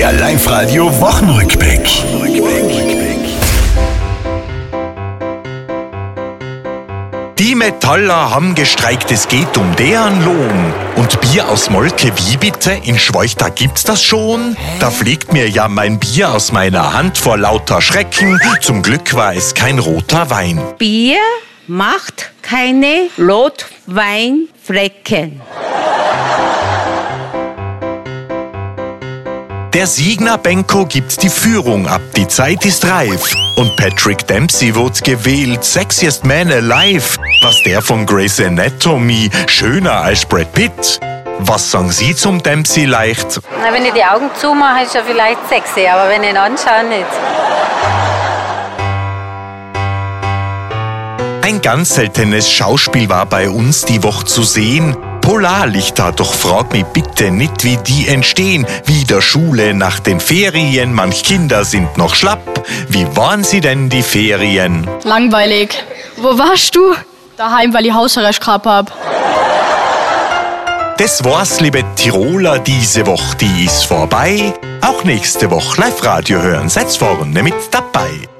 Der Live-Radio-Wochenrückblick. Die Metaller haben gestreikt, es geht um deren Lohn. Und Bier aus Molke, wie bitte? In Schwoich, da gibt's das schon? Da fliegt mir ja mein Bier aus meiner Hand vor lauter Schrecken. Zum Glück war es kein roter Wein. Bier macht keine Rotweinflecken. Der Signer Benko gibt die Führung ab, die Zeit ist reif. Und Patrick Dempsey wird gewählt, Sexiest Man Alive. Was der von Grey's Anatomy, schöner als Brad Pitt. Was sagen Sie zum Dempsey leicht? Na, wenn ich die Augen zumache, ist er vielleicht sexy, aber wenn ich ihn anschaue, nicht. Ein ganz seltenes Schauspiel war bei uns die Woche zu sehen. Polarlichter, doch frag mich bitte nicht, wie die entstehen. Wieder Schule nach den Ferien, manch Kinder sind noch schlapp. Wie waren sie denn die Ferien? Langweilig. Wo warst du? Daheim, weil ich Hausarrest gehabt hab. Das war's, liebe Tiroler, diese Woche, die ist vorbei. Auch nächste Woche Live-Radio hören, seid vorne mit dabei.